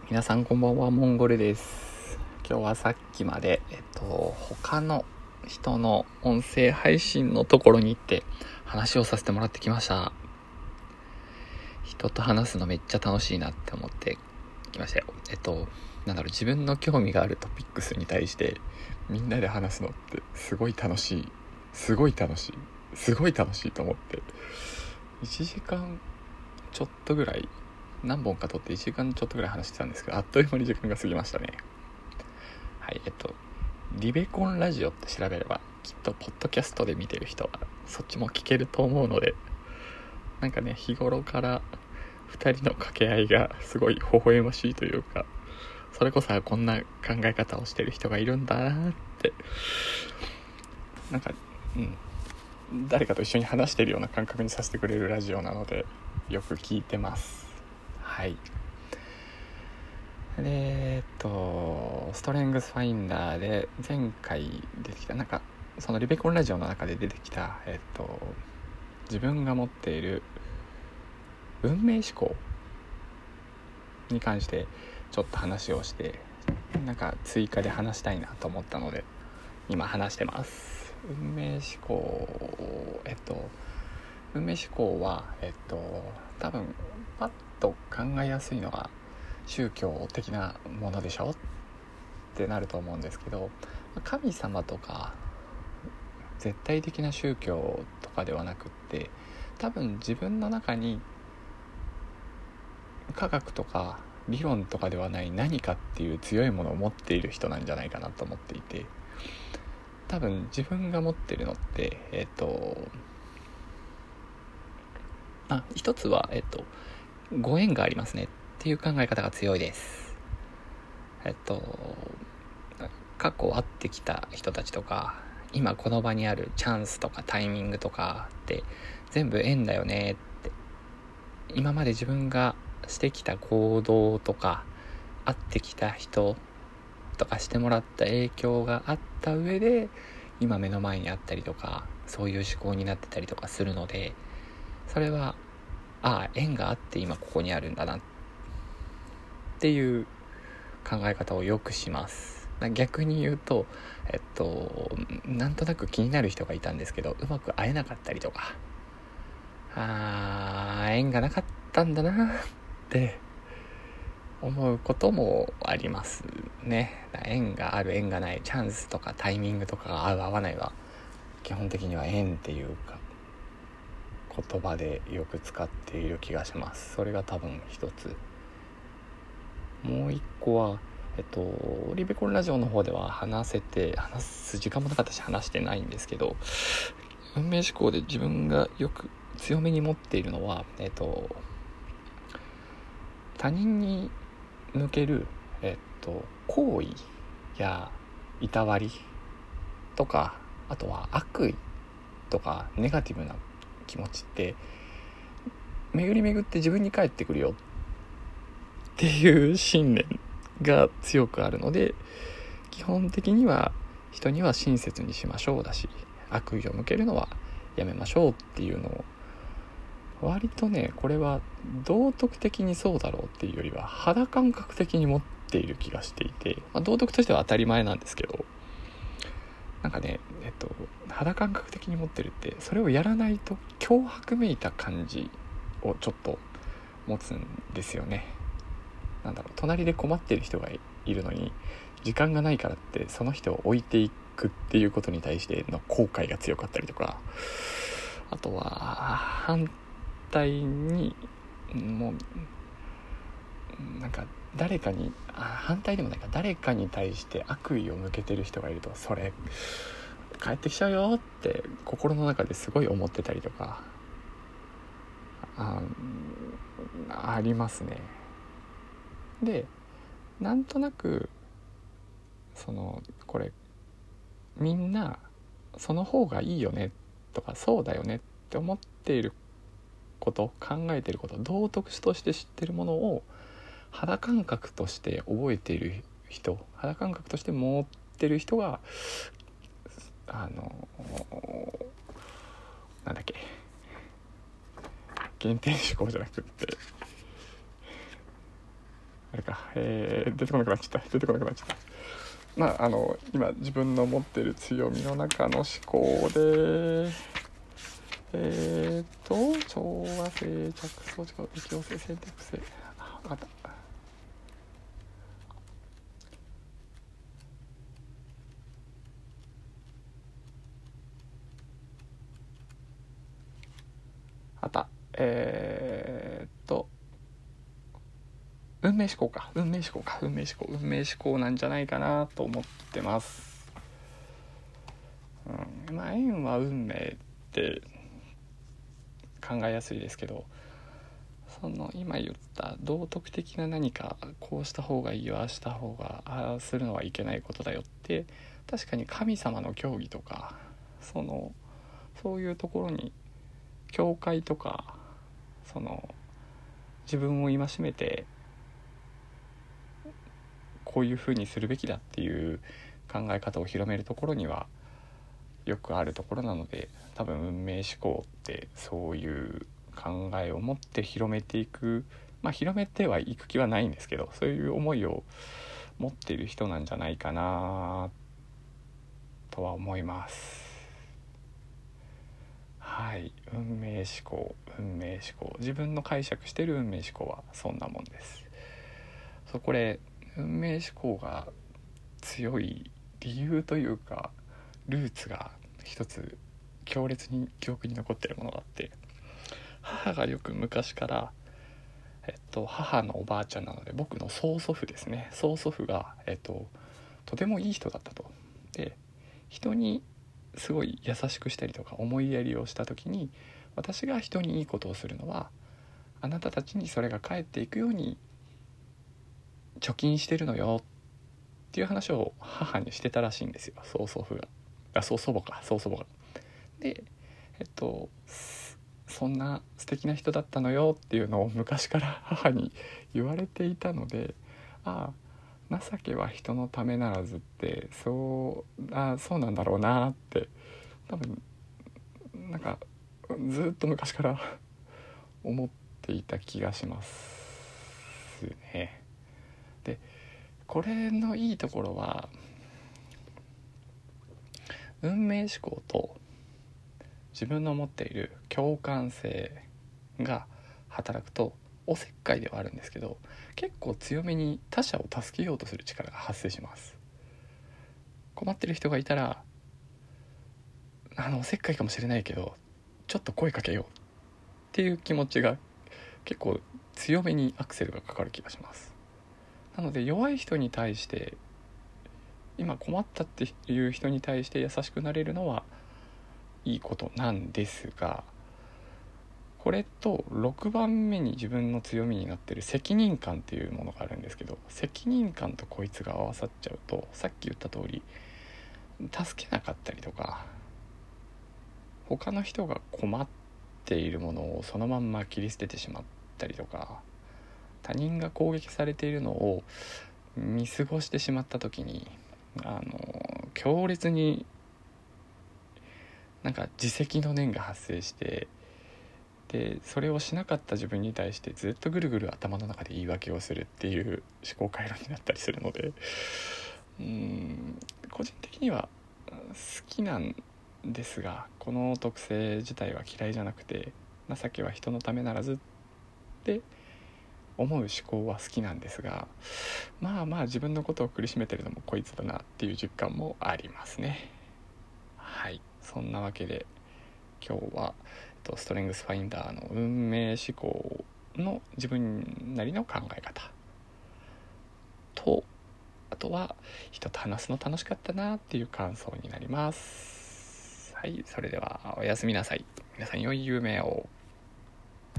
皆さんこんばんは、モンゴルです。今日はさっきまで他の人の音声配信のところに行って話をさせてもらってきました。人と話すのめっちゃ楽しいなって思ってきましたよ。自分の興味があるトピックスに対してみんなで話すのってすごい楽しいと思って、1時間ちょっとぐらい何本か撮って1時間ちょっとぐらい話してたんですけど、あっという間に時間が過ぎましたね。はい、リベコンラジオって調べればきっとポッドキャストで見てる人はそっちも聞けると思うので、なんかね、日頃から2人の掛け合いがすごい微笑ましいというか、それこそこんな考え方をしてる人がいるんだなって、なんか誰かと一緒に話してるような感覚にさせてくれるラジオなのでよく聞いてます。はい。でストレングスファインダーで前回出てきた、そのリベコンラジオの中で出てきた自分が持っている運命思考に関してちょっと話をして、追加で話したいなと思ったので今話してます。運命思考運命思考は多分パッと考えやすいのが宗教的なものでしょってなると思うんですけど、神様とか絶対的な宗教とかではなくって、多分自分の中に科学とか理論とかではない何かっていう強いものを持っている人なんじゃないかなと思っていて、多分自分が持ってるのって一つはご縁がありますねっていう考え方が強いです。過去会ってきた人たちとか今この場にあるチャンスとかタイミングとかって全部縁だよねって、今まで自分がしてきた行動とか会ってきた人とかしてもらった影響があった上で今目の前にあったりとか、そういう思考になってたりとかするので、それは縁があって今ここにあるんだなっていう考え方をよくします。逆に言うとなんとなく気になる人がいたんですけどうまく会えなかったりとか、縁がなかったんだなって思うこともありますね。縁がある縁がない、チャンスとかタイミングとかが合う合わないは基本的には縁っていうか言葉でよく使っている気がします。それが多分一つ。もう一個はリベコンラジオの方では話す時間もなかったし話してないんですけど、運命思考で自分がよく強めに持っているのは他人に向ける好意やいたわりとか、あとは悪意とかネガティブな気持ちって巡り巡って自分に返ってくるよっていう信念が強くあるので、基本的には人には親切にしましょうだし、悪意を向けるのはやめましょうっていうのを割とね、これは道徳的にそうだろうっていうよりは肌感覚的に持っている気がしていて、道徳としては当たり前なんですけど、肌感覚的に持ってるって、それをやらないと脅迫めいた感じをちょっと持つんですよね。隣で困ってる人がいるのに時間がないからってその人を置いていくっていうことに対しての後悔が強かったりとか、あとは反対にもう誰かに反対でもないか、誰かに対して悪意を向けてる人がいると、それ帰ってきちゃうよって心の中ですごい思ってたりとかありますね。で、なんとなくこれみんなその方がいいよねとかそうだよねって思っていること、考えていること、道徳として知っているものを肌感覚として覚えている人、肌感覚として持ってる人が原点思考じゃなくってれか、出てこなくなっちゃったまあ今自分の持っている強みの中の思考で調和性、着想力、適応性、選択性、分かった。運命思考なんじゃないかなと思ってます。縁は運命って考えやすいですけど、その今言った道徳的な何かこうした方がいいよ、ああした方がああするのはいけないことだよって確かに神様の教義とかそういうところに教会とか自分を戒めてこういうふうにするべきだっていう考え方を広めるところにはよくあるところなので、多分運命思考ってそういう考えを持って広めていく、広めてはいく気はないんですけど、そういう思いを持っている人なんじゃないかなとは思います。はい、運命思考、自分の解釈している運命思考はそんなもんです。これ運命思考が強い理由というかルーツが一つ強烈に記憶に残っているものがあって、母がよく昔から、母のおばあちゃんなので僕の曽祖父ですね、曽祖父が、とてもいい人だったと。で、人にすごい優しくしたりとか思いやりをした時に、私が人にいいことをするのはあなたたちにそれが返っていくように貯金してるのよっていう話を母にしてたらしいんですよ、曽祖母が。で、そんな素敵な人だったのよっていうのを昔から母に言われていたので、情けは人のためならずってそうなんだろうなって、多分なんかずっと昔から思っていた気がしますね。で、これのいいところは運命思考と自分の持っている共感性が働くとおせっかいではあるんですけど、結構強めに他者を助けようとする力が発生します。困ってる人がいたらおせっかいかもしれないけどちょっと声かけようっていう気持ちが結構強めにアクセルがかかる気がします。なので弱い人に対して、今困ったっていう人に対して優しくなれるのはいいことなんですが、これと6番目に自分の強みになっている責任感っていうものがあるんですけど、責任感とこいつが合わさっちゃうと、さっき言った通り助けなかったりとか、他の人が困っているものをそのまんま切り捨ててしまったりとか、他人が攻撃されているのを見過ごしてしまった時に強烈に自責の念が発生して、でそれをしなかった自分に対してずっとぐるぐる頭の中で言い訳をするっていう思考回路になったりするので、個人的には好きなんですが、この特性自体は嫌いじゃなくて、情けは人のためならずって思う思考は好きなんですが、自分のことを苦しめてるのもこいつだなっていう実感もありますね。はい、そんなわけで今日はストレングスファインダーの運命思考の自分なりの考え方と、あとは人と話すの楽しかったなっていう感想になります。はい、それではおやすみなさい。皆さん良い夢を。